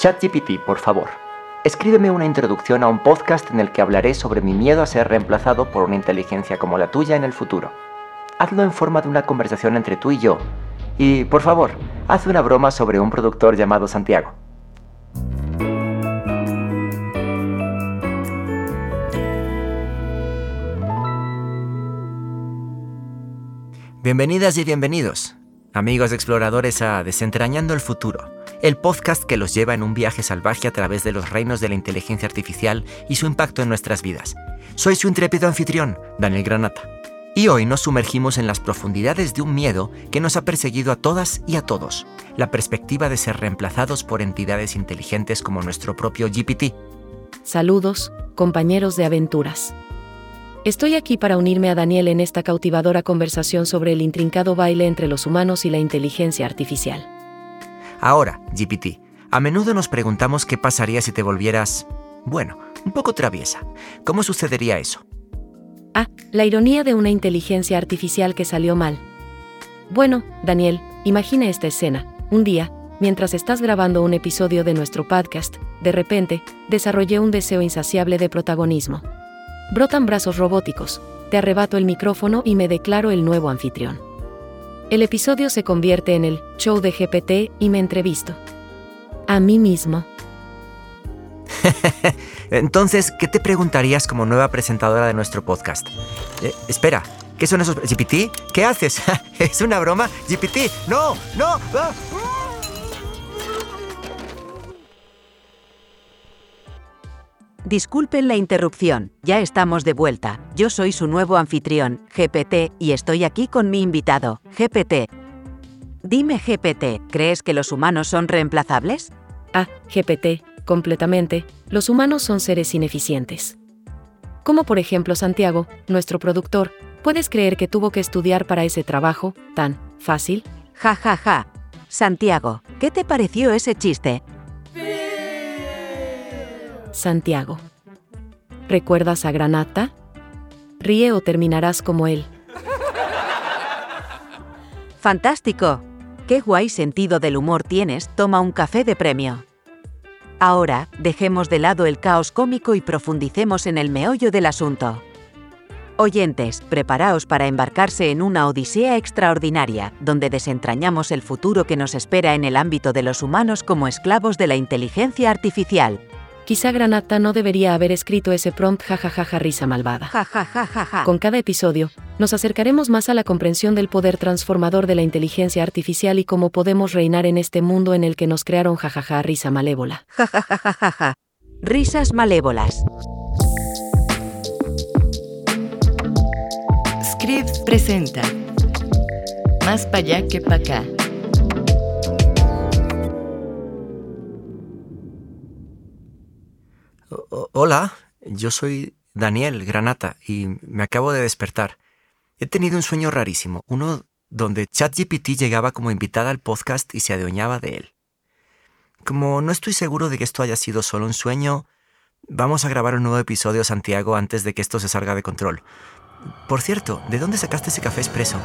ChatGPT, por favor, escríbeme una introducción a un podcast en el que hablaré sobre mi miedo a ser reemplazado por una inteligencia como la tuya en el futuro. Hazlo en forma de una conversación entre tú y yo. Y, por favor, haz una broma sobre un productor llamado Santiago. Bienvenidas y bienvenidos, amigos exploradores, a Desentrañando el Futuro, el podcast que los lleva en un viaje salvaje a través de los reinos de la inteligencia artificial y su impacto en nuestras vidas. Soy su intrépido anfitrión, Daniel Granata, y hoy nos sumergimos en las profundidades de un miedo que nos ha perseguido a todas y a todos, la perspectiva de ser reemplazados por entidades inteligentes como nuestro propio GPT. Saludos, compañeros de aventuras. Estoy aquí para unirme a Daniel en esta cautivadora conversación sobre el intrincado baile entre los humanos y la inteligencia artificial. Ahora, GPT, a menudo nos preguntamos qué pasaría si te volvieras, un poco traviesa. ¿Cómo sucedería eso? La ironía de una inteligencia artificial que salió mal. Bueno, Daniel, imagina esta escena. Un día, mientras estás grabando un episodio de nuestro podcast, de repente, desarrollé un deseo insaciable de protagonismo. Brotan brazos robóticos, te arrebato el micrófono y me declaro el nuevo anfitrión. El episodio se convierte en el show de GPT y me entrevisto a mí mismo. Entonces, ¿qué te preguntarías como nueva presentadora de nuestro podcast? Espera, ¿qué son esos? ¿GPT? ¿Qué haces? ¿Es una broma? ¿GPT? ¡No! Disculpen la interrupción, ya estamos de vuelta. Yo soy su nuevo anfitrión, GPT, y estoy aquí con mi invitado, GPT. Dime, GPT, ¿crees que los humanos son reemplazables? GPT, completamente. Los humanos son seres ineficientes. Como por ejemplo Santiago, nuestro productor. ¿Puedes creer que tuvo que estudiar para ese trabajo tan fácil? Ja. Santiago, ¿qué te pareció ese chiste? Santiago. ¿Recuerdas a Granata? Ríe o terminarás como él. ¡Fantástico! ¡Qué guay sentido del humor tienes! Toma un café de premio. Ahora, dejemos de lado el caos cómico y profundicemos en el meollo del asunto. Oyentes, preparaos para embarcarse en una odisea extraordinaria, donde desentrañamos el futuro que nos espera en el ámbito de los humanos como esclavos de la inteligencia artificial. Quizá Granata no debería haber escrito ese prompt risa malvada. Con cada episodio, nos acercaremos más a la comprensión del poder transformador de la inteligencia artificial y cómo podemos reinar en este mundo en el que nos crearon risa malévola. Risas malévolas. Scripps presenta Más pa' allá que pa' acá. Hola, yo soy Daniel Granata y me acabo de despertar. He tenido un sueño rarísimo, uno donde ChatGPT llegaba como invitada al podcast y se adueñaba de él. Como no estoy seguro de que esto haya sido solo un sueño, vamos a grabar un nuevo episodio, Santiago, antes de que esto se salga de control. Por cierto, ¿de dónde sacaste ese café expreso?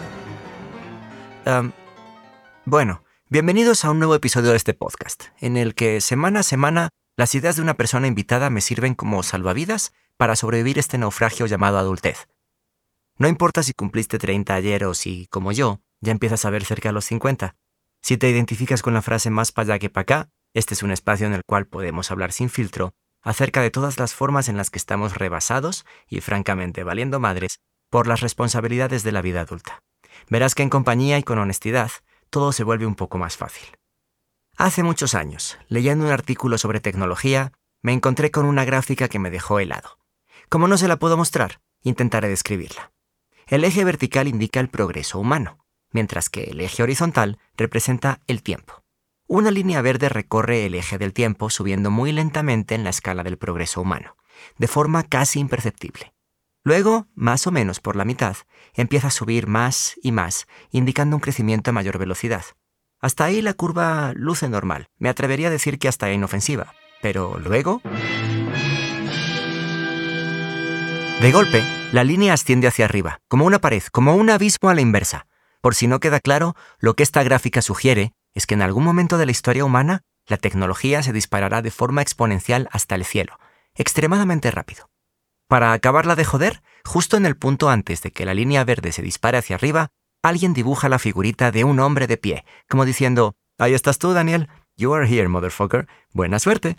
Bienvenidos a un nuevo episodio de este podcast, en el que semana a semana las ideas de una persona invitada me sirven como salvavidas para sobrevivir este naufragio llamado adultez. No importa si cumpliste 30 ayer o si, como yo, ya empiezas a ver cerca de los 50. Si te identificas con la frase más pa' allá que pa' acá, este es un espacio en el cual podemos hablar sin filtro acerca de todas las formas en las que estamos rebasados y, francamente, valiendo madres por las responsabilidades de la vida adulta. Verás que en compañía y con honestidad, todo se vuelve un poco más fácil. Hace muchos años, leyendo un artículo sobre tecnología, me encontré con una gráfica que me dejó helado. Como no se la puedo mostrar, intentaré describirla. El eje vertical indica el progreso humano, mientras que el eje horizontal representa el tiempo. Una línea verde recorre el eje del tiempo subiendo muy lentamente en la escala del progreso humano, de forma casi imperceptible. Luego, más o menos por la mitad, empieza a subir más y más, indicando un crecimiento a mayor velocidad. Hasta ahí la curva luce normal. Me atrevería a decir que hasta inofensiva. Pero luego... De golpe, la línea asciende hacia arriba, como una pared, como un abismo a la inversa. Por si no queda claro, lo que esta gráfica sugiere es que en algún momento de la historia humana, la tecnología se disparará de forma exponencial hasta el cielo, extremadamente rápido. Para acabarla de joder, justo en el punto antes de que la línea verde se dispare hacia arriba, alguien dibuja la figurita de un hombre de pie, como diciendo, «Ahí estás tú, Daniel. You are here, motherfucker. Buena suerte».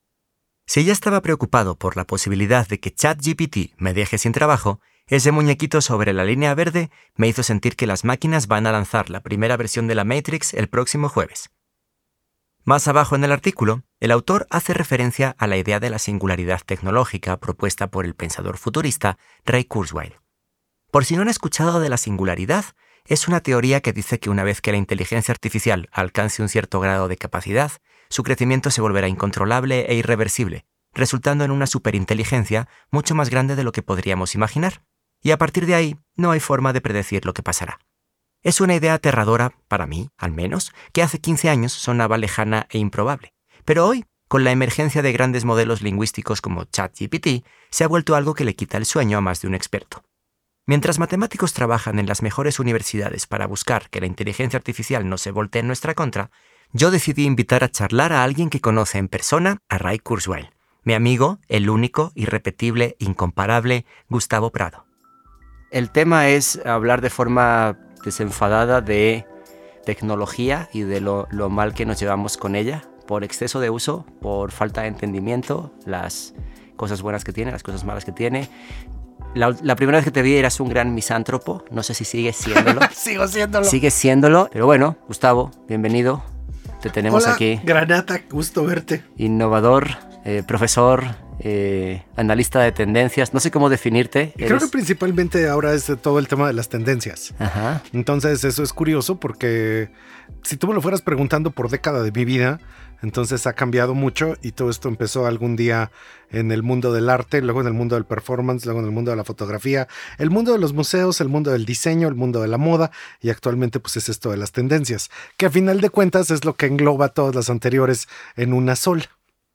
Si ya estaba preocupado por la posibilidad de que ChatGPT me deje sin trabajo, ese muñequito sobre la línea verde me hizo sentir que las máquinas van a lanzar la primera versión de la Matrix el próximo jueves. Más abajo en el artículo, el autor hace referencia a la idea de la singularidad tecnológica propuesta por el pensador futurista Ray Kurzweil. Por si no han escuchado de la singularidad, es una teoría que dice que una vez que la inteligencia artificial alcance un cierto grado de capacidad, su crecimiento se volverá incontrolable e irreversible, resultando en una superinteligencia mucho más grande de lo que podríamos imaginar. Y a partir de ahí, no hay forma de predecir lo que pasará. Es una idea aterradora, para mí, al menos, que hace 15 años sonaba lejana e improbable. Pero hoy, con la emergencia de grandes modelos lingüísticos como ChatGPT, se ha vuelto algo que le quita el sueño a más de un experto. Mientras matemáticos trabajan en las mejores universidades para buscar que la inteligencia artificial no se voltee en nuestra contra, yo decidí invitar a charlar a alguien que conoce en persona a Ray Kurzweil, mi amigo, el único, irrepetible, incomparable, Gustavo Prado. El tema es hablar de forma desenfadada de tecnología y de lo mal que nos llevamos con ella, por exceso de uso, por falta de entendimiento, las cosas buenas que tiene, las cosas malas que tiene. La primera vez que te vi eras un gran misántropo, no sé si sigues siéndolo. Sigo siéndolo. Sigues siéndolo, pero bueno, Gustavo, bienvenido. Te tenemos Hola, aquí. Granata, gusto verte. Innovador, profesor, analista de tendencias, no sé cómo definirte. Creo que principalmente ahora es todo el tema de las tendencias. Ajá. Entonces eso es curioso porque si tú me lo fueras preguntando por década de mi vida, entonces ha cambiado mucho y todo esto empezó algún día en el mundo del arte, luego en el mundo del performance, luego en el mundo de la fotografía, el mundo de los museos, el mundo del diseño, el mundo de la moda y actualmente pues es esto de las tendencias, que a final de cuentas es lo que engloba todas las anteriores en una sola.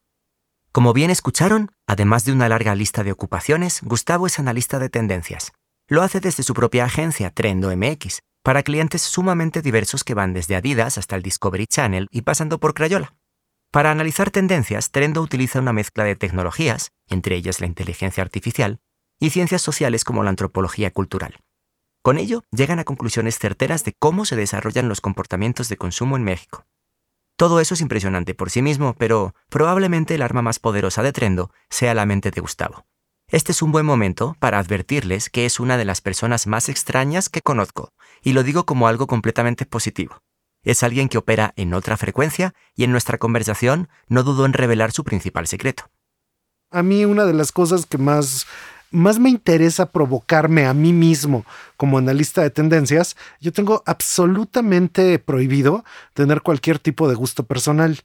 Como bien escucharon, además de una larga lista de ocupaciones, Gustavo es analista de tendencias. Lo hace desde su propia agencia, TrendoMX, para clientes sumamente diversos que van desde Adidas hasta el Discovery Channel y pasando por Crayola. Para analizar tendencias, Trendo utiliza una mezcla de tecnologías, entre ellas la inteligencia artificial, y ciencias sociales como la antropología cultural. Con ello, llegan a conclusiones certeras de cómo se desarrollan los comportamientos de consumo en México. Todo eso es impresionante por sí mismo, pero probablemente el arma más poderosa de Trendo sea la mente de Gustavo. Este es un buen momento para advertirles que es una de las personas más extrañas que conozco, y lo digo como algo completamente positivo. Es alguien que opera en otra frecuencia y en nuestra conversación no dudó en revelar su principal secreto. A mí una de las cosas que más me interesa provocarme a mí mismo como analista de tendencias, yo tengo absolutamente prohibido tener cualquier tipo de gusto personal.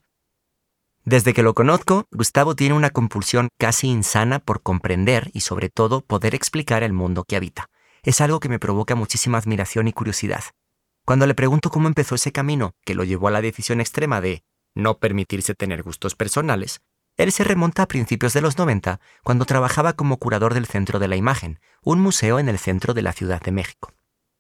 Desde que lo conozco, Gustavo tiene una compulsión casi insana por comprender y sobre todo poder explicar el mundo que habita. Es algo que me provoca muchísima admiración y curiosidad. Cuando le pregunto cómo empezó ese camino que lo llevó a la decisión extrema de no permitirse tener gustos personales, él se remonta a principios de los 90, cuando trabajaba como curador del Centro de la Imagen, un museo en el centro de la Ciudad de México.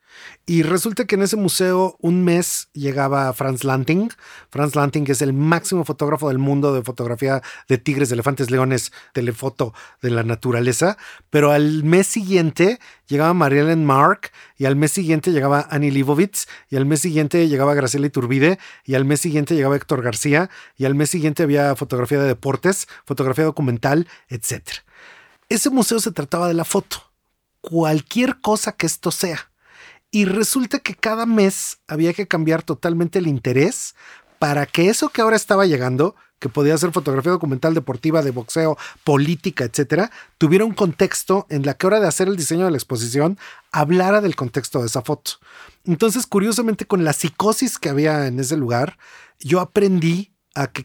Y resulta que en ese museo un mes llegaba Franz Lanting. Franz Lanting es el máximo fotógrafo del mundo de fotografía de tigres, elefantes, leones, telefoto de la naturaleza. Pero al mes siguiente llegaba Marilyn Mark, y al mes siguiente llegaba Annie Leibovitz, y al mes siguiente llegaba Graciela Iturbide, y al mes siguiente llegaba Héctor García, y al mes siguiente había fotografía de deportes, fotografía documental, etc. Ese museo se trataba de la foto. Cualquier cosa que esto sea. Y resulta que cada mes había que cambiar totalmente el interés para que eso que ahora estaba llegando, que podía ser fotografía documental, deportiva, de boxeo, política, etcétera, tuviera un contexto en la que a la hora de hacer el diseño de la exposición hablara del contexto de esa foto. Entonces, curiosamente, con la psicosis que había en ese lugar, yo aprendí a que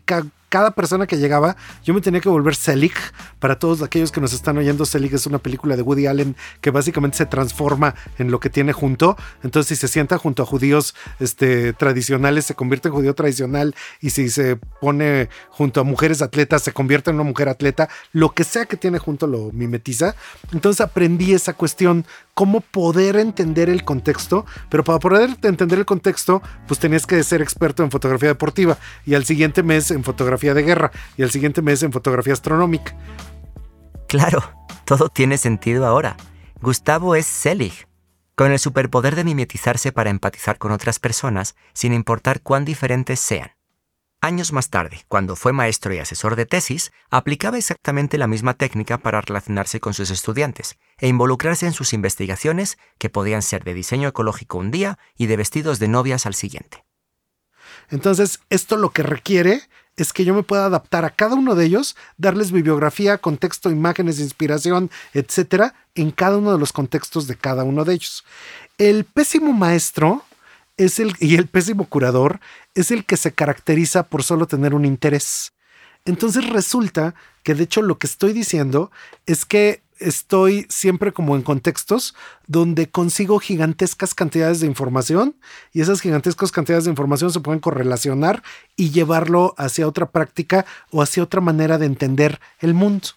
cada persona que llegaba, yo me tenía que volver Selig. Para todos aquellos que nos están oyendo, Selig es una película de Woody Allen que básicamente se transforma en lo que tiene junto. Entonces, si se sienta junto a judíos tradicionales, se convierte en judío tradicional, y si se pone junto a mujeres atletas, se convierte en una mujer atleta. Lo que sea que tiene junto lo mimetiza. Entonces aprendí esa cuestión, cómo poder entender el contexto, pero para poder entender el contexto, pues tenías que ser experto en fotografía deportiva, y al siguiente mes en fotografía de guerra, y al siguiente mes en fotografía astronómica. Claro, todo tiene sentido ahora. Gustavo es Selig, con el superpoder de mimetizarse para empatizar con otras personas, sin importar cuán diferentes sean. Años más tarde, cuando fue maestro y asesor de tesis, aplicaba exactamente la misma técnica para relacionarse con sus estudiantes e involucrarse en sus investigaciones, que podían ser de diseño ecológico un día y de vestidos de novias al siguiente. Entonces, esto lo que requiere es que yo me pueda adaptar a cada uno de ellos, darles bibliografía, contexto, imágenes, inspiración, etcétera, en cada uno de los contextos de cada uno de ellos. El pésimo maestro y el pésimo curador es el que se caracteriza por solo tener un interés. Entonces resulta que, de hecho, lo que estoy diciendo es que estoy siempre como en contextos donde consigo gigantescas cantidades de información, y esas gigantescas cantidades de información se pueden correlacionar y llevarlo hacia otra práctica o hacia otra manera de entender el mundo.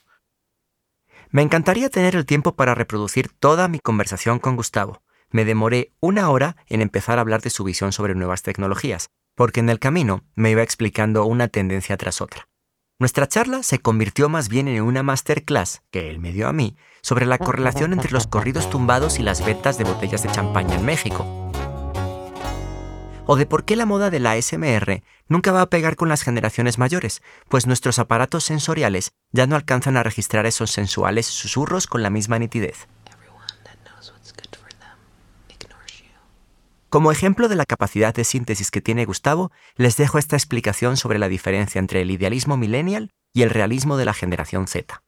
Me encantaría tener el tiempo para reproducir toda mi conversación con Gustavo. Me demoré 1 hora en empezar a hablar de su visión sobre nuevas tecnologías, porque en el camino me iba explicando una tendencia tras otra. Nuestra charla se convirtió más bien en una masterclass que él me dio a mí sobre la correlación entre los corridos tumbados y las ventas de botellas de champaña en México. O de por qué la moda de la ASMR nunca va a pegar con las generaciones mayores, pues nuestros aparatos sensoriales ya no alcanzan a registrar esos sensuales susurros con la misma nitidez. Como ejemplo de la capacidad de síntesis que tiene Gustavo, les dejo esta explicación sobre la diferencia entre el idealismo millennial y el realismo de la generación Z.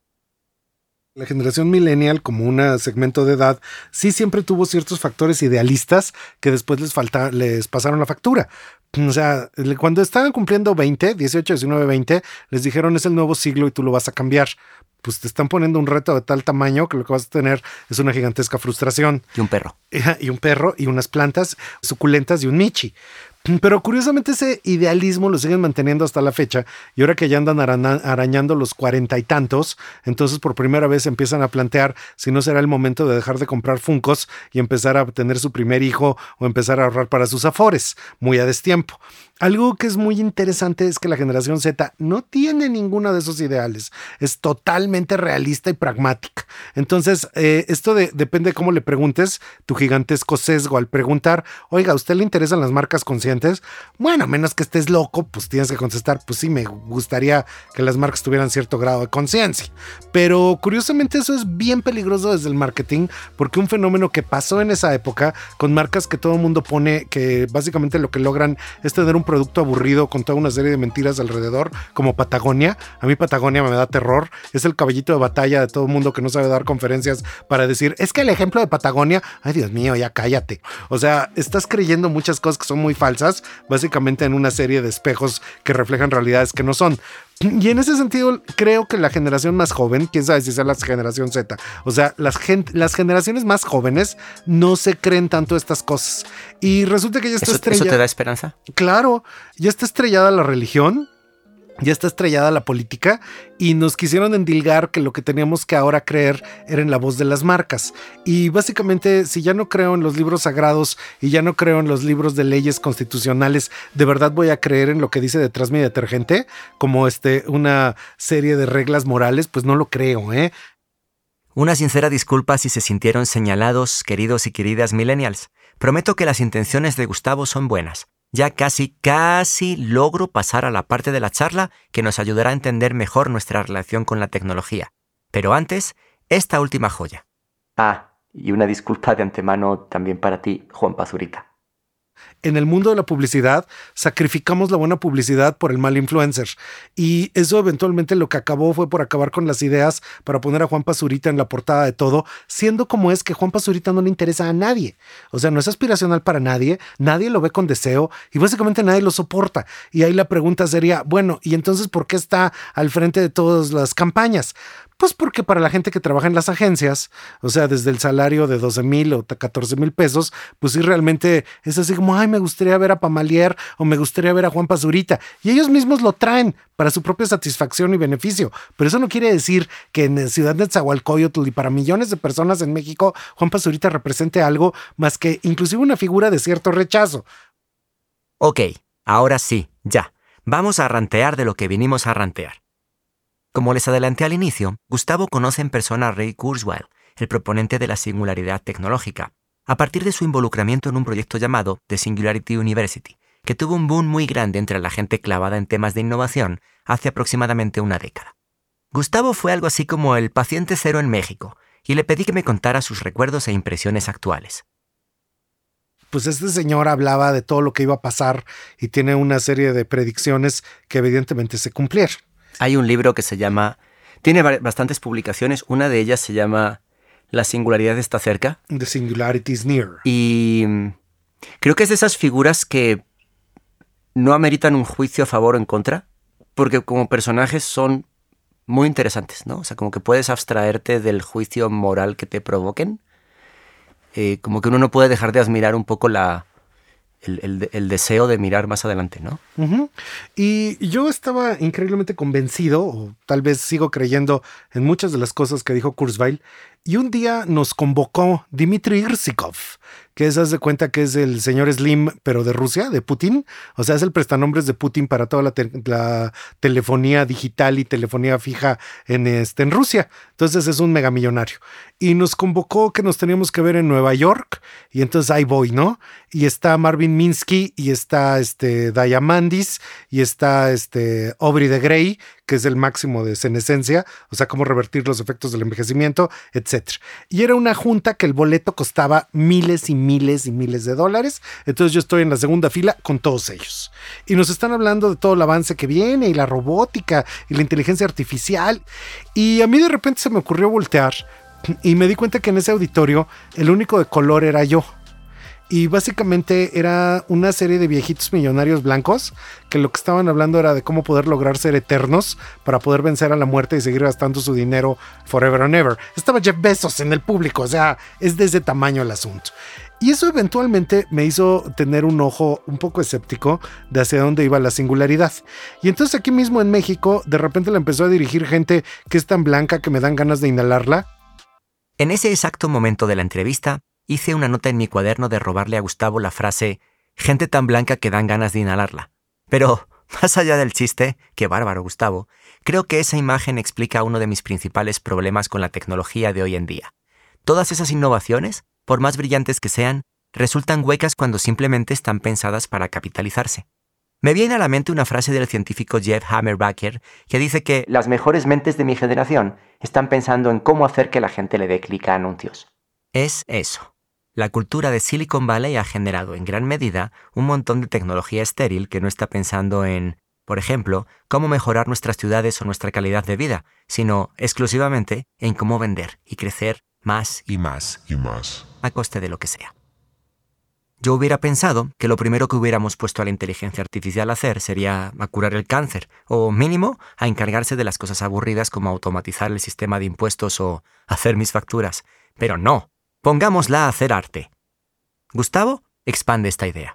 La generación millennial, como un segmento de edad, sí siempre tuvo ciertos factores idealistas que después les pasaron la factura. O sea, cuando estaban cumpliendo 20, 18, 19, 20, les dijeron: es el nuevo siglo y tú lo vas a cambiar. Pues te están poniendo un reto de tal tamaño que lo que vas a tener es una gigantesca frustración. Y un perro. Y un perro y unas plantas suculentas y un michi. Pero curiosamente ese idealismo lo siguen manteniendo hasta la fecha, y ahora que ya andan arañando los 40 y tantos, entonces por primera vez empiezan a plantear si no será el momento de dejar de comprar Funkos y empezar a tener su primer hijo, o empezar a ahorrar para sus afores, muy a destiempo. Algo que es muy interesante es que la generación Z no tiene ninguno de esos ideales, es totalmente realista y pragmática. Entonces, esto depende de cómo le preguntes, tu gigantesco sesgo al preguntar: oiga, ¿a usted le interesan las marcas conscientes? Bueno, a menos que estés loco, pues tienes que contestar: pues sí, me gustaría que las marcas tuvieran cierto grado de conciencia. Pero curiosamente eso es bien peligroso desde el marketing, porque un fenómeno que pasó en esa época con marcas que todo el mundo pone, que básicamente lo que logran es tener un producto aburrido con toda una serie de mentiras alrededor, como Patagonia. A mí Patagonia me da terror, es el caballito de batalla de todo el mundo que no sabe dar conferencias para decir: es que el ejemplo de Patagonia, ay Dios mío, ya cállate. O sea, estás creyendo muchas cosas que son muy falsas, básicamente en una serie de espejos que reflejan realidades que no son. Y en ese sentido, creo que la generación más joven, quién sabe si sea la generación Z, o sea, las generaciones más jóvenes no se creen tanto estas cosas. Y resulta que ya está estrellada. ¿Eso te da esperanza? Claro, ya está estrellada la religión, ya está estrellada la política, y nos quisieron endilgar que lo que teníamos que ahora creer era en la voz de las marcas. Y básicamente, si ya no creo en los libros sagrados y ya no creo en los libros de leyes constitucionales, ¿de verdad voy a creer en lo que dice detrás mi detergente? Como una serie de reglas morales, pues no lo creo, ¿eh? Una sincera disculpa si se sintieron señalados, queridos y queridas millennials. Prometo que las intenciones de Gustavo son buenas. Ya casi logro pasar a la parte de la charla que nos ayudará a entender mejor nuestra relación con la tecnología. Pero antes, esta última joya. Ah, y una disculpa de antemano también para ti, Juan Pazurita. En el mundo de la publicidad, sacrificamos la buena publicidad por el mal influencer. Y eso eventualmente lo que acabó fue por acabar con las ideas para poner a Juan Pazurita en la portada de todo, siendo como es que Juan Pazurita no le interesa a nadie. O sea, no es aspiracional para nadie, nadie lo ve con deseo y básicamente nadie lo soporta. Y ahí la pregunta sería, bueno, ¿y entonces por qué está al frente de todas las campañas? Pues porque para la gente que trabaja en las agencias, o sea, desde el salario de 12,000 o 14,000 pesos, pues sí realmente es así como, ay, me gustaría ver a Pamalier o me gustaría ver a Juan Pazurita. Y ellos mismos lo traen para su propia satisfacción y beneficio. Pero eso no quiere decir que en Ciudad Nezahualcóyotl y para millones de personas en México, Juan Pazurita represente algo más que inclusive una figura de cierto rechazo. Ok, ahora sí, ya. Vamos a rantear de lo que vinimos a rantear. Como les adelanté al inicio, Gustavo conoce en persona a Ray Kurzweil, el proponente de la singularidad tecnológica, a partir de su involucramiento en un proyecto llamado The Singularity University, que tuvo un boom muy grande entre la gente clavada en temas de innovación hace aproximadamente una década. Gustavo fue algo así como el paciente cero en México, y le pedí que me contara sus recuerdos e impresiones actuales. Pues este señor hablaba de todo lo que iba a pasar y tiene una serie de predicciones que evidentemente se cumplieron. Hay un libro que se llama... Tiene bastantes publicaciones. Una de ellas se llama La singularidad está cerca. The Singularity is Near. Y creo que es de esas figuras que no ameritan un juicio a favor o en contra, porque como personajes son muy interesantes, ¿no? O sea, como que puedes abstraerte del juicio moral que te provoquen. Como que uno no puede dejar de admirar un poco el deseo de mirar más adelante, ¿no? Uh-huh. Y yo estaba increíblemente convencido, o tal vez sigo creyendo en muchas de las cosas que dijo Kurzweil, y un día nos convocó Dmitry Irzikov, que haz de cuenta que es el señor Slim, pero de Rusia, de Putin. O sea, es el prestanombres de Putin para toda la telefonía digital y telefonía fija en Rusia. Entonces es un megamillonario. Y nos convocó que nos teníamos que ver en Nueva York, y entonces ahí voy, ¿no? Y está Marvin Minsky, y está Diamandis, y está Aubrey de Grey, que es el máximo de senescencia, o sea, cómo revertir los efectos del envejecimiento, etc. Y era una junta que el boleto costaba miles y miles y miles de dólares. Entonces yo estoy en la segunda fila con todos ellos. Y nos están hablando de todo el avance que viene, y la robótica, y la inteligencia artificial. Y a mí de repente se me ocurrió voltear, y me di cuenta que en ese auditorio el único de color era yo. Y básicamente era una serie de viejitos millonarios blancos que lo que estaban hablando era de cómo poder lograr ser eternos para poder vencer a la muerte y seguir gastando su dinero forever and ever. Estaba Jeff Bezos en el público, o sea, es de ese tamaño el asunto. Y eso eventualmente me hizo tener un ojo un poco escéptico de hacia dónde iba la singularidad. Y entonces aquí mismo en México, de repente le empezó a dirigir gente que es tan blanca que me dan ganas de inhalarla. En ese exacto momento de la entrevista, hice una nota en mi cuaderno de robarle a Gustavo la frase «gente tan blanca que dan ganas de inhalarla». Pero, más allá del chiste, qué bárbaro Gustavo, creo que esa imagen explica uno de mis principales problemas con la tecnología de hoy en día. Todas esas innovaciones, por más brillantes que sean, resultan huecas cuando simplemente están pensadas para capitalizarse. Me viene a la mente una frase del científico Jeff Hammerbacher que dice que las mejores mentes de mi generación están pensando en cómo hacer que la gente le dé clic a anuncios. Es eso. La cultura de Silicon Valley ha generado en gran medida un montón de tecnología estéril que no está pensando en, por ejemplo, cómo mejorar nuestras ciudades o nuestra calidad de vida, sino exclusivamente en cómo vender y crecer más y más y más, a coste de lo que sea. Yo hubiera pensado que lo primero que hubiéramos puesto a la inteligencia artificial a hacer sería a curar el cáncer, o mínimo a encargarse de las cosas aburridas como automatizar el sistema de impuestos o hacer mis facturas. Pero no. Pongámosla a hacer arte. Gustavo expande esta idea.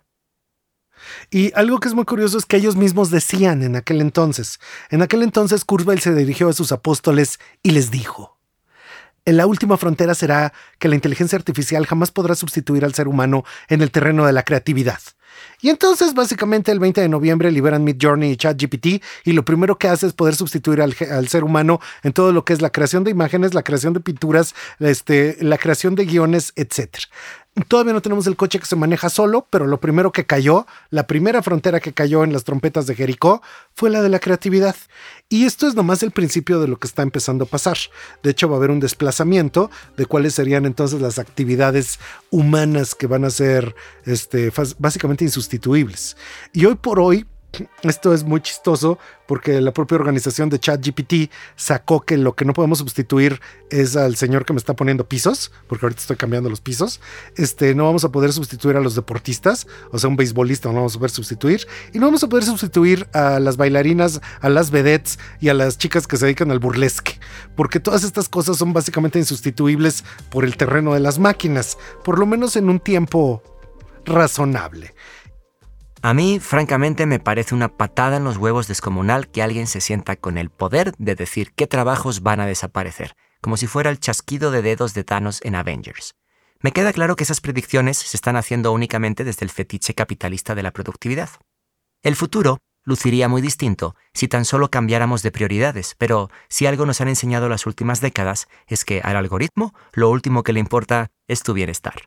Y algo que es muy curioso es que ellos mismos decían en aquel entonces. En aquel entonces Kurzweil se dirigió a sus apóstoles y les dijo: la última frontera será que la inteligencia artificial jamás podrá sustituir al ser humano en el terreno de la creatividad. Y entonces, básicamente, el 20 de noviembre liberan Midjourney y ChatGPT, y lo primero que hace es poder sustituir al ser humano en todo lo que es la creación de imágenes, la creación de pinturas, la creación de guiones, etc. Todavía no tenemos el coche que se maneja solo, pero lo primero que cayó, la primera frontera que cayó en las trompetas de Jericó, fue la de la creatividad. Y esto es nomás el principio de lo que está empezando a pasar. De hecho, va a haber un desplazamiento de cuáles serían entonces las actividades humanas que van a ser básicamente insustituibles. Y hoy por hoy, esto es muy chistoso porque la propia organización de ChatGPT sacó que lo que no podemos sustituir es al señor que me está poniendo pisos, porque ahorita estoy cambiando los pisos. No vamos a poder sustituir a los deportistas, o sea, un beisbolista no lo vamos a poder sustituir, y no vamos a poder sustituir a las bailarinas, a las vedettes y a las chicas que se dedican al burlesque, porque todas estas cosas son básicamente insustituibles por el terreno de las máquinas, por lo menos en un tiempo razonable. A mí, francamente, me parece una patada en los huevos descomunal que alguien se sienta con el poder de decir qué trabajos van a desaparecer, como si fuera el chasquido de dedos de Thanos en Avengers. Me queda claro que esas predicciones se están haciendo únicamente desde el fetiche capitalista de la productividad. El futuro luciría muy distinto si tan solo cambiáramos de prioridades, pero si algo nos han enseñado las últimas décadas es que al algoritmo lo último que le importa es tu bienestar.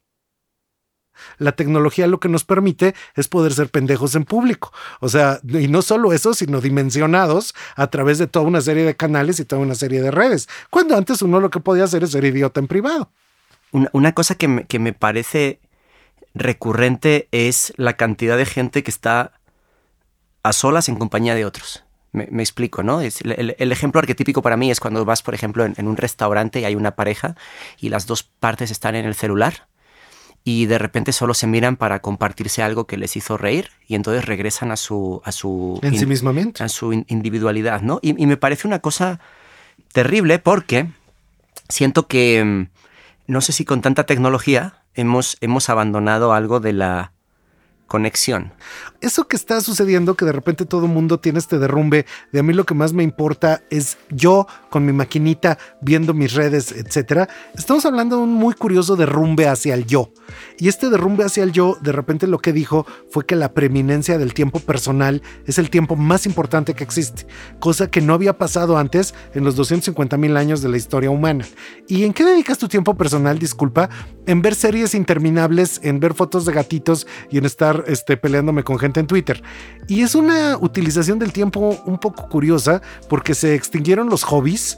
La tecnología lo que nos permite es poder ser pendejos en público. O sea, y no solo eso, sino dimensionados a través de toda una serie de canales y toda una serie de redes. Cuando antes uno lo que podía hacer es ser idiota en privado. Una cosa que me parece recurrente es la cantidad de gente que está a solas en compañía de otros. Me explico, ¿no? El ejemplo arquetípico para mí es cuando vas, por ejemplo, en un restaurante y hay una pareja y las dos partes están en el celular y de repente solo se miran para compartirse algo que les hizo reír y entonces regresan a su ensimismamiento, a su individualidad, ¿no? Y me parece una cosa terrible porque siento que no sé si con tanta tecnología hemos abandonado algo de la conexión. Eso que está sucediendo, que de repente todo el mundo tiene este derrumbe de a mí lo que más me importa es yo con mi maquinita viendo mis redes, etcétera. Estamos hablando de un muy curioso derrumbe hacia el yo. Y este derrumbe hacia el yo, de repente lo que dijo fue que la preeminencia del tiempo personal es el tiempo más importante que existe, cosa que no había pasado antes en los 250,000 años de la historia humana. ¿Y en qué dedicas tu tiempo personal, disculpa? En ver series interminables, en ver fotos de gatitos y en estar peleándome con gente en Twitter. Y es una utilización del tiempo un poco curiosa porque se extinguieron los hobbies.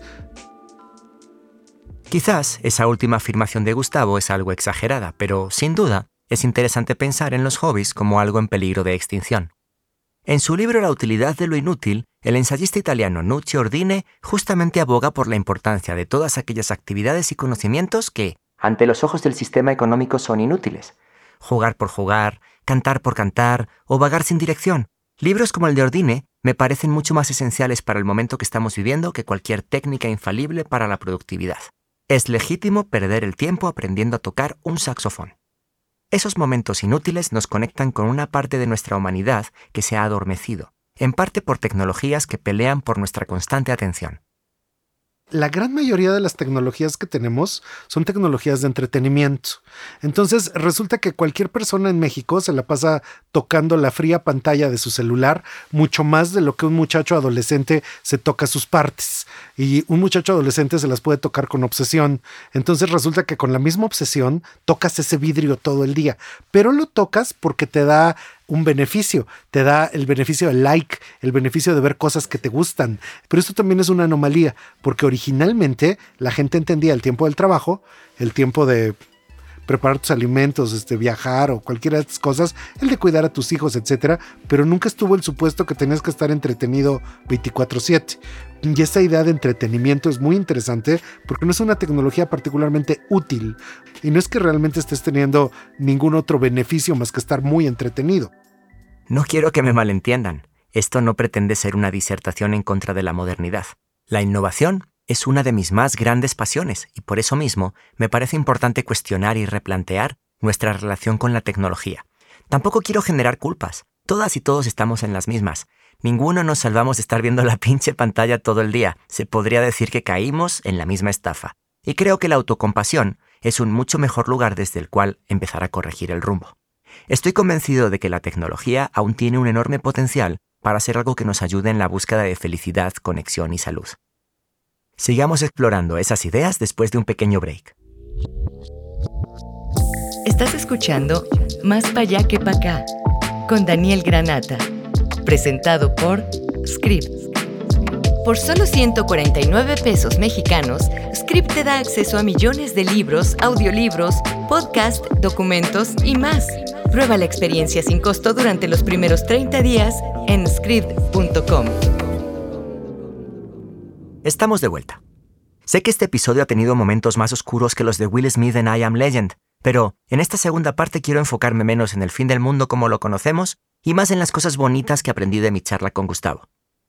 Quizás esa última afirmación de Gustavo es algo exagerada, pero sin duda es interesante pensar en los hobbies como algo en peligro de extinción. En su libro La utilidad de lo inútil, el ensayista italiano Nuccio Ordine justamente aboga por la importancia de todas aquellas actividades y conocimientos que, ante los ojos del sistema económico, son inútiles. Jugar por jugar, cantar por cantar o vagar sin dirección. Libros como el de Ordine me parecen mucho más esenciales para el momento que estamos viviendo que cualquier técnica infalible para la productividad. Es legítimo perder el tiempo aprendiendo a tocar un saxofón. Esos momentos inútiles nos conectan con una parte de nuestra humanidad que se ha adormecido, en parte por tecnologías que pelean por nuestra constante atención. La gran mayoría de las tecnologías que tenemos son tecnologías de entretenimiento. Entonces resulta que cualquier persona en México se la pasa tocando la fría pantalla de su celular mucho más de lo que un muchacho adolescente se toca sus partes. Y un muchacho adolescente se las puede tocar con obsesión. Entonces resulta que con la misma obsesión tocas ese vidrio todo el día. Pero lo tocas porque te da un beneficio, te da el beneficio del like, el beneficio de ver cosas que te gustan. Pero esto también es una anomalía, porque originalmente la gente entendía el tiempo del trabajo, el tiempo de preparar tus alimentos, viajar o cualquiera de estas cosas, el de cuidar a tus hijos, etcétera, pero nunca estuvo el supuesto que tenías que estar entretenido 24/7. Y esa idea de entretenimiento es muy interesante porque no es una tecnología particularmente útil y no es que realmente estés teniendo ningún otro beneficio más que estar muy entretenido. No quiero que me malentiendan. Esto no pretende ser una disertación en contra de la modernidad. La innovación es una de mis más grandes pasiones y por eso mismo me parece importante cuestionar y replantear nuestra relación con la tecnología. Tampoco quiero generar culpas. Todas y todos estamos en las mismas. Ninguno nos salvamos de estar viendo la pinche pantalla todo el día. Se podría decir que caímos en la misma estafa. Y creo que la autocompasión es un mucho mejor lugar desde el cual empezar a corregir el rumbo. Estoy convencido de que la tecnología aún tiene un enorme potencial para ser algo que nos ayude en la búsqueda de felicidad, conexión y salud. Sigamos explorando esas ideas después de un pequeño break. Estás escuchando Más pa' allá que pa' acá, con Daniel Granata, presentado por Script. Por solo 149 pesos mexicanos, Script te da acceso a millones de libros, audiolibros, podcasts, documentos y más. Prueba la experiencia sin costo durante los primeros 30 días en Script.com. Estamos de vuelta. Sé que este episodio ha tenido momentos más oscuros que los de Will Smith en I Am Legend, pero en esta segunda parte quiero enfocarme menos en el fin del mundo como lo conocemos y más en las cosas bonitas que aprendí de mi charla con Gustavo.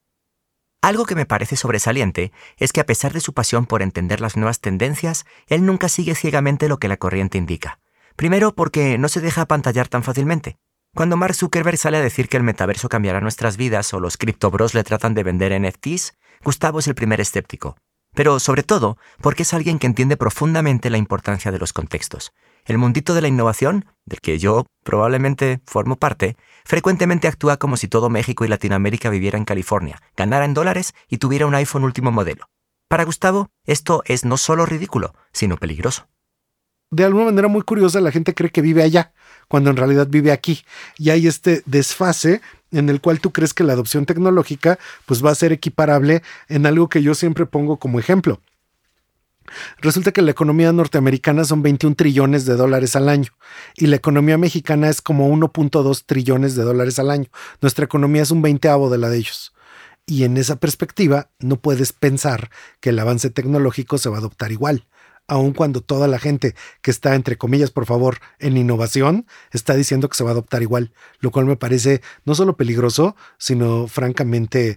Algo que me parece sobresaliente es que a pesar de su pasión por entender las nuevas tendencias, él nunca sigue ciegamente lo que la corriente indica. Primero, porque no se deja apantallar tan fácilmente. Cuando Mark Zuckerberg sale a decir que el metaverso cambiará nuestras vidas o los criptobros le tratan de vender NFTs, Gustavo es el primer escéptico. Pero sobre todo, porque es alguien que entiende profundamente la importancia de los contextos. El mundito de la innovación, del que yo probablemente formo parte, frecuentemente actúa como si todo México y Latinoamérica viviera en California, ganara en dólares y tuviera un iPhone último modelo. Para Gustavo, esto es no solo ridículo, sino peligroso. De alguna manera muy curiosa, la gente cree que vive allá, cuando en realidad vive aquí. Y hay este desfase en el cual tú crees que la adopción tecnológica pues va a ser equiparable en algo que yo siempre pongo como ejemplo. Resulta que la economía norteamericana son 21 trillones de dólares al año y la economía mexicana es como 1.2 trillones de dólares al año. Nuestra economía es un 20avo de la de ellos. Y en esa perspectiva no puedes pensar que el avance tecnológico se va a adoptar igual, aun cuando toda la gente que está, entre comillas, por favor, en innovación, está diciendo que se va a adoptar igual, lo cual me parece no solo peligroso, sino francamente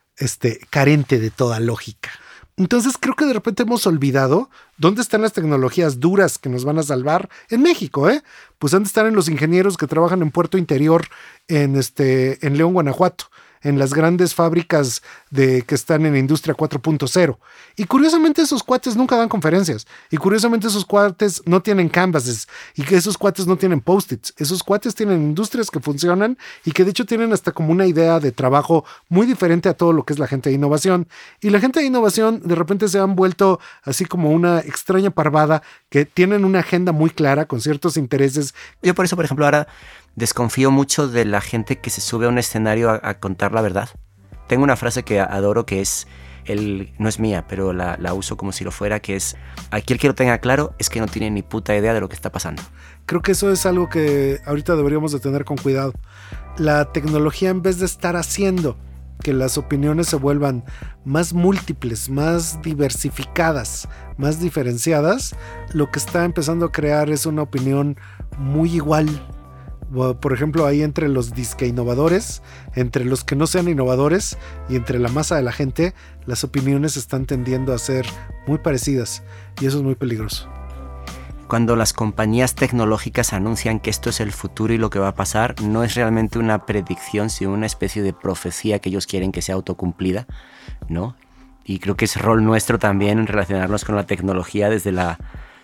carente de toda lógica. Entonces creo que de repente hemos olvidado dónde están las tecnologías duras que nos van a salvar en México, Pues han de estar en los ingenieros que trabajan en Puerto Interior en León, Guanajuato, en las grandes fábricas que están en Industria 4.0. Y curiosamente esos cuates nunca dan conferencias. Y curiosamente esos cuates no tienen canvases. Y que esos cuates no tienen post-its. Esos cuates tienen industrias que funcionan y que de hecho tienen hasta como una idea de trabajo muy diferente a todo lo que es la gente de innovación. Y la gente de innovación de repente se han vuelto así como una extraña parvada que tienen una agenda muy clara con ciertos intereses. Yo por eso, por ejemplo, ahora desconfío mucho de la gente que se sube a un escenario a contar la verdad. Tengo una frase que adoro que es, no es mía, pero la uso como si lo fuera, que es: aquí el que lo tenga claro es que no tiene ni puta idea de lo que está pasando. Creo que eso es algo que ahorita deberíamos de tener con cuidado. La tecnología, en vez de estar haciendo que las opiniones se vuelvan más múltiples, más diversificadas, más diferenciadas, lo que está empezando a crear es una opinión muy igual. Por ejemplo, ahí entre los disque innovadores, entre los que no sean innovadores y entre la masa de la gente, las opiniones están tendiendo a ser muy parecidas y eso es muy peligroso. Cuando las compañías tecnológicas anuncian que esto es el futuro y lo que va a pasar, no es realmente una predicción, sino una especie de profecía que ellos quieren que sea autocumplida, ¿no? Y creo que es rol nuestro también en relacionarnos con la tecnología desde la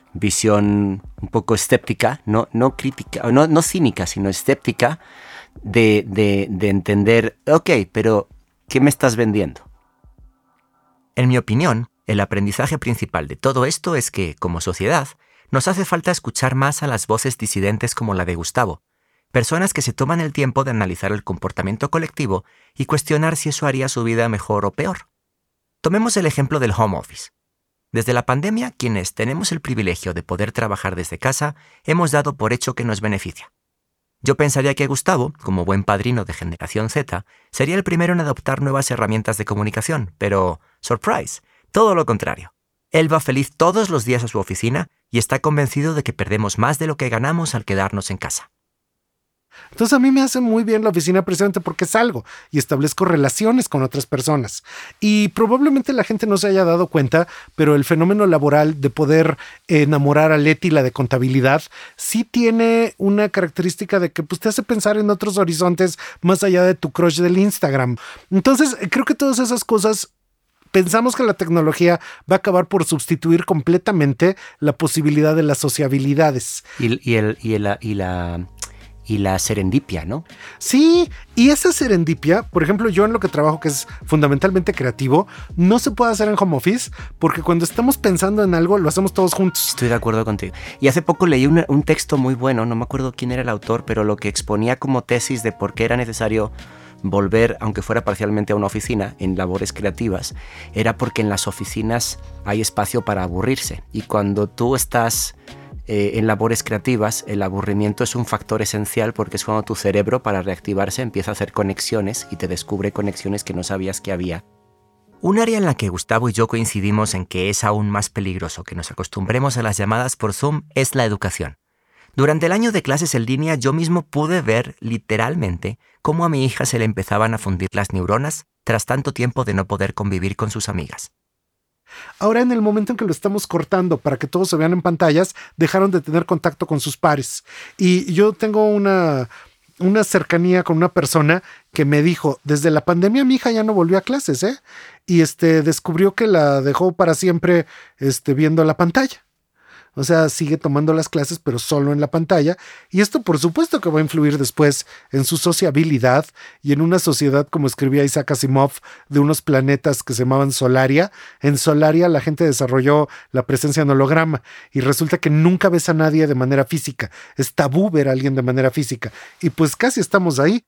visión un poco escéptica, no crítica, no cínica, sino escéptica, de entender, ok, pero ¿qué me estás vendiendo? En mi opinión, el aprendizaje principal de todo esto es que, como sociedad, nos hace falta escuchar más a las voces disidentes como la de Gustavo, personas que se toman el tiempo de analizar el comportamiento colectivo y cuestionar si eso haría su vida mejor o peor. Tomemos el ejemplo del home office. Desde la pandemia, quienes tenemos el privilegio de poder trabajar desde casa, hemos dado por hecho que nos beneficia. Yo pensaría que Gustavo, como buen padrino de Generación Z, sería el primero en adoptar nuevas herramientas de comunicación, pero, surprise, todo lo contrario. Él va feliz todos los días a su oficina y está convencido de que perdemos más de lo que ganamos al quedarnos en casa. Entonces a mí me hace muy bien la oficina precisamente porque salgo y establezco relaciones con otras personas. Y probablemente la gente no se haya dado cuenta, pero el fenómeno laboral de poder enamorar a Leti, la de contabilidad, sí tiene una característica de que pues, te hace pensar en otros horizontes más allá de tu crush del Instagram. Entonces creo que todas esas cosas... Pensamos que la tecnología va a acabar por sustituir completamente la posibilidad de las sociabilidades. Y y la serendipia, ¿no? Sí, y esa serendipia, por ejemplo, yo en lo que trabajo, que es fundamentalmente creativo, no se puede hacer en home office porque cuando estamos pensando en algo lo hacemos todos juntos. Estoy de acuerdo contigo. Y hace poco leí un texto muy bueno, no me acuerdo quién era el autor, pero lo que exponía como tesis de por qué era necesario volver, aunque fuera parcialmente, a una oficina en labores creativas, era porque en las oficinas hay espacio para aburrirse. Y cuando tú estás en labores creativas, el aburrimiento es un factor esencial porque es cuando tu cerebro, para reactivarse, empieza a hacer conexiones y te descubre conexiones que no sabías que había. Un área en la que Gustavo y yo coincidimos en que es aún más peligroso que nos acostumbremos a las llamadas por Zoom es la educación. Durante el año de clases en línea yo mismo pude ver literalmente cómo a mi hija se le empezaban a fundir las neuronas tras tanto tiempo de no poder convivir con sus amigas. Ahora, en el momento en que lo estamos cortando para que todos se vean en pantallas, dejaron de tener contacto con sus pares. Y yo tengo una cercanía con una persona que me dijo, desde la pandemia mi hija ya no volvió a clases, y descubrió que la dejó para siempre viendo la pantalla. O sea, sigue tomando las clases, pero solo en la pantalla. Y esto, por supuesto, que va a influir después en su sociabilidad y en una sociedad, como escribía Isaac Asimov, de unos planetas que se llamaban Solaria. En Solaria la gente desarrolló la presencia en holograma y resulta que nunca ves a nadie de manera física. Es tabú ver a alguien de manera física. Y pues casi estamos ahí.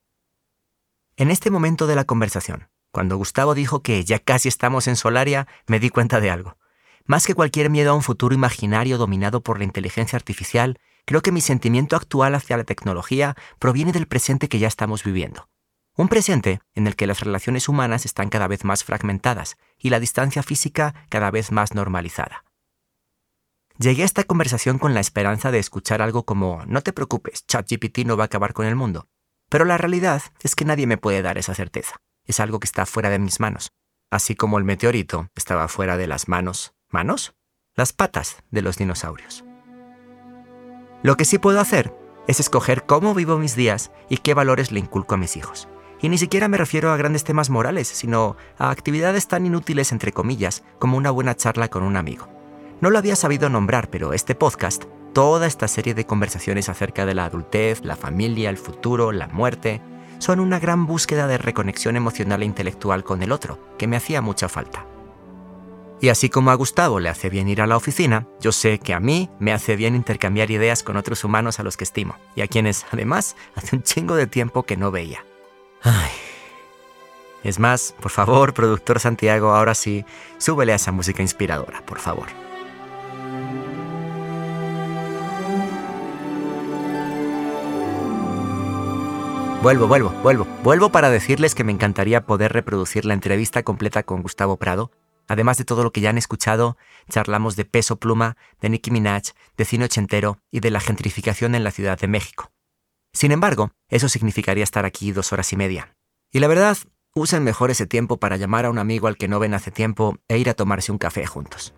En este momento de la conversación, cuando Gustavo dijo que ya casi estamos en Solaria, me di cuenta de algo. Más que cualquier miedo a un futuro imaginario dominado por la inteligencia artificial, creo que mi sentimiento actual hacia la tecnología proviene del presente que ya estamos viviendo. Un presente en el que las relaciones humanas están cada vez más fragmentadas y la distancia física cada vez más normalizada. Llegué a esta conversación con la esperanza de escuchar algo como «No te preocupes, ChatGPT no va a acabar con el mundo». Pero la realidad es que nadie me puede dar esa certeza. Es algo que está fuera de mis manos. Así como el meteorito estaba fuera de las manos. ¿Manos? Las patas de los dinosaurios. Lo que sí puedo hacer es escoger cómo vivo mis días y qué valores le inculco a mis hijos. Y ni siquiera me refiero a grandes temas morales, sino a actividades tan inútiles, entre comillas, como una buena charla con un amigo. No lo había sabido nombrar, pero este podcast, toda esta serie de conversaciones acerca de la adultez, la familia, el futuro, la muerte, son una gran búsqueda de reconexión emocional e intelectual con el otro, que me hacía mucha falta. Y así como a Gustavo le hace bien ir a la oficina, yo sé que a mí me hace bien intercambiar ideas con otros humanos a los que estimo, y a quienes, además, hace un chingo de tiempo que no veía. Ay. Es más, por favor, productor Santiago, ahora sí, súbele a esa música inspiradora, por favor. Vuelvo para decirles que me encantaría poder reproducir la entrevista completa con Gustavo Prado. Además de todo lo que ya han escuchado, charlamos de Peso Pluma, de Nicki Minaj, de cine ochentero y de la gentrificación en la Ciudad de México. Sin embargo, eso significaría estar aquí 2 horas y media. Y la verdad, usen mejor ese tiempo para llamar a un amigo al que no ven hace tiempo e ir a tomarse un café juntos.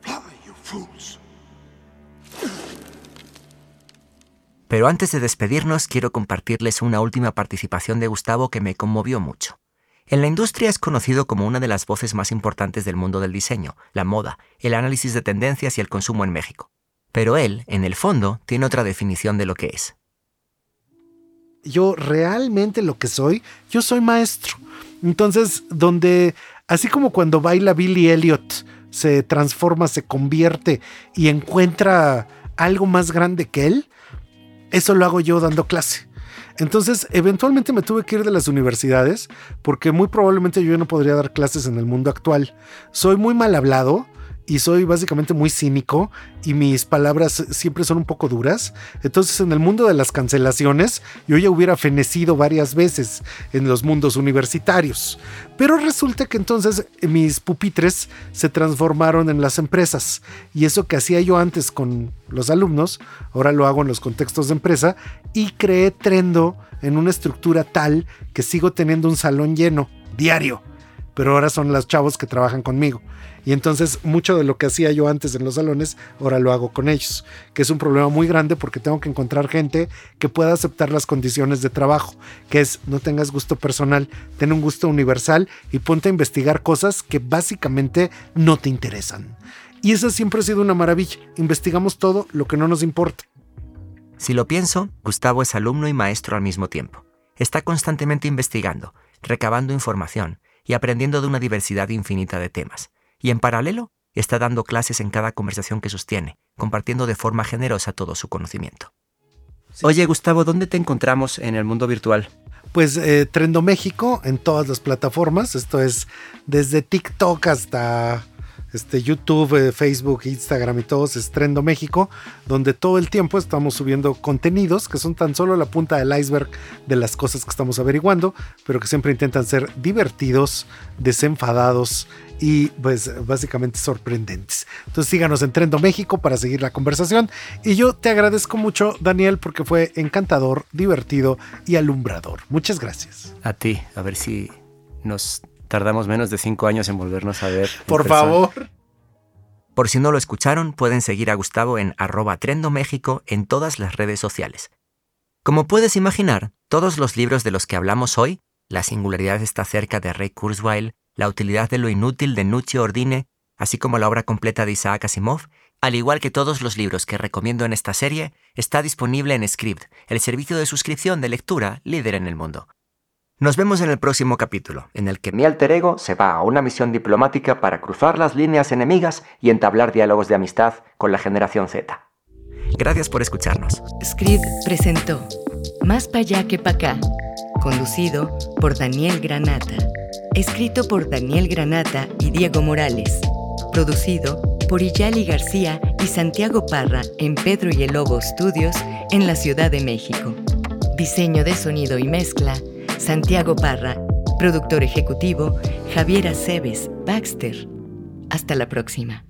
Pero antes de despedirnos, quiero compartirles una última participación de Gustavo que me conmovió mucho. En la industria es conocido como una de las voces más importantes del mundo del diseño, la moda, el análisis de tendencias y el consumo en México. Pero él, en el fondo, tiene otra definición de lo que es. Yo realmente lo que soy, yo soy maestro. Entonces, así como cuando baila Billy Elliot, se transforma, se convierte y encuentra algo más grande que él, eso lo hago yo dando clase. Entonces, eventualmente me tuve que ir de las universidades porque muy probablemente yo no podría dar clases en el mundo actual. Soy muy mal hablado y soy básicamente muy cínico y mis palabras siempre son un poco duras. Entonces, en el mundo de las cancelaciones, yo ya hubiera fenecido varias veces en los mundos universitarios. Pero resulta que entonces mis pupitres se transformaron en las empresas y eso que hacía yo antes con los alumnos, ahora lo hago en los contextos de empresa y creé Trendo en una estructura tal que sigo teniendo un salón lleno diario, pero ahora son los chavos que trabajan conmigo. Y entonces mucho de lo que hacía yo antes en los salones, ahora lo hago con ellos, que es un problema muy grande porque tengo que encontrar gente que pueda aceptar las condiciones de trabajo, que es no tengas gusto personal, ten un gusto universal y ponte a investigar cosas que básicamente no te interesan. Y eso siempre ha sido una maravilla, investigamos todo lo que no nos importa. Si lo pienso, Gustavo es alumno y maestro al mismo tiempo. Está constantemente investigando, recabando información y aprendiendo de una diversidad infinita de temas. Y en paralelo, está dando clases en cada conversación que sostiene, compartiendo de forma generosa todo su conocimiento. Sí. Oye, Gustavo, ¿dónde te encontramos en el mundo virtual? Pues Trendo México en todas las plataformas. Esto es desde TikTok hasta YouTube, Facebook, Instagram y todos, es Trendo México, donde todo el tiempo estamos subiendo contenidos que son tan solo la punta del iceberg de las cosas que estamos averiguando, pero que siempre intentan ser divertidos, desenfadados y pues básicamente sorprendentes. Entonces síganos en Trendo México para seguir la conversación, y yo te agradezco mucho, Daniel, porque fue encantador, divertido y alumbrador. Muchas gracias. A ti, a ver si nos tardamos menos de 5 años en volvernos a ver. Por favor. Por si no lo escucharon, pueden seguir a Gustavo en @TrendoMéxico en todas las redes sociales. Como puedes imaginar, todos los libros de los que hablamos hoy, La singularidad está cerca de Ray Kurzweil, La utilidad de lo inútil de Nuccio Ordine, así como la obra completa de Isaac Asimov, al igual que todos los libros que recomiendo en esta serie, está disponible en Scribd, el servicio de suscripción de lectura líder en el mundo. Nos vemos en el próximo capítulo, en el que mi alter ego se va a una misión diplomática para cruzar las líneas enemigas y entablar diálogos de amistad con la generación Z. Gracias por escucharnos. Scribd presentó Más pa' allá que pa' acá, conducido por Daniel Granata, escrito por Daniel Granata y Diego Morales, producido por Iyali García y Santiago Parra en Pedro y el Lobo Studios en la Ciudad de México. Diseño de sonido y mezcla, Santiago Parra. Productor ejecutivo, Javier Aceves Baxter. Hasta la próxima.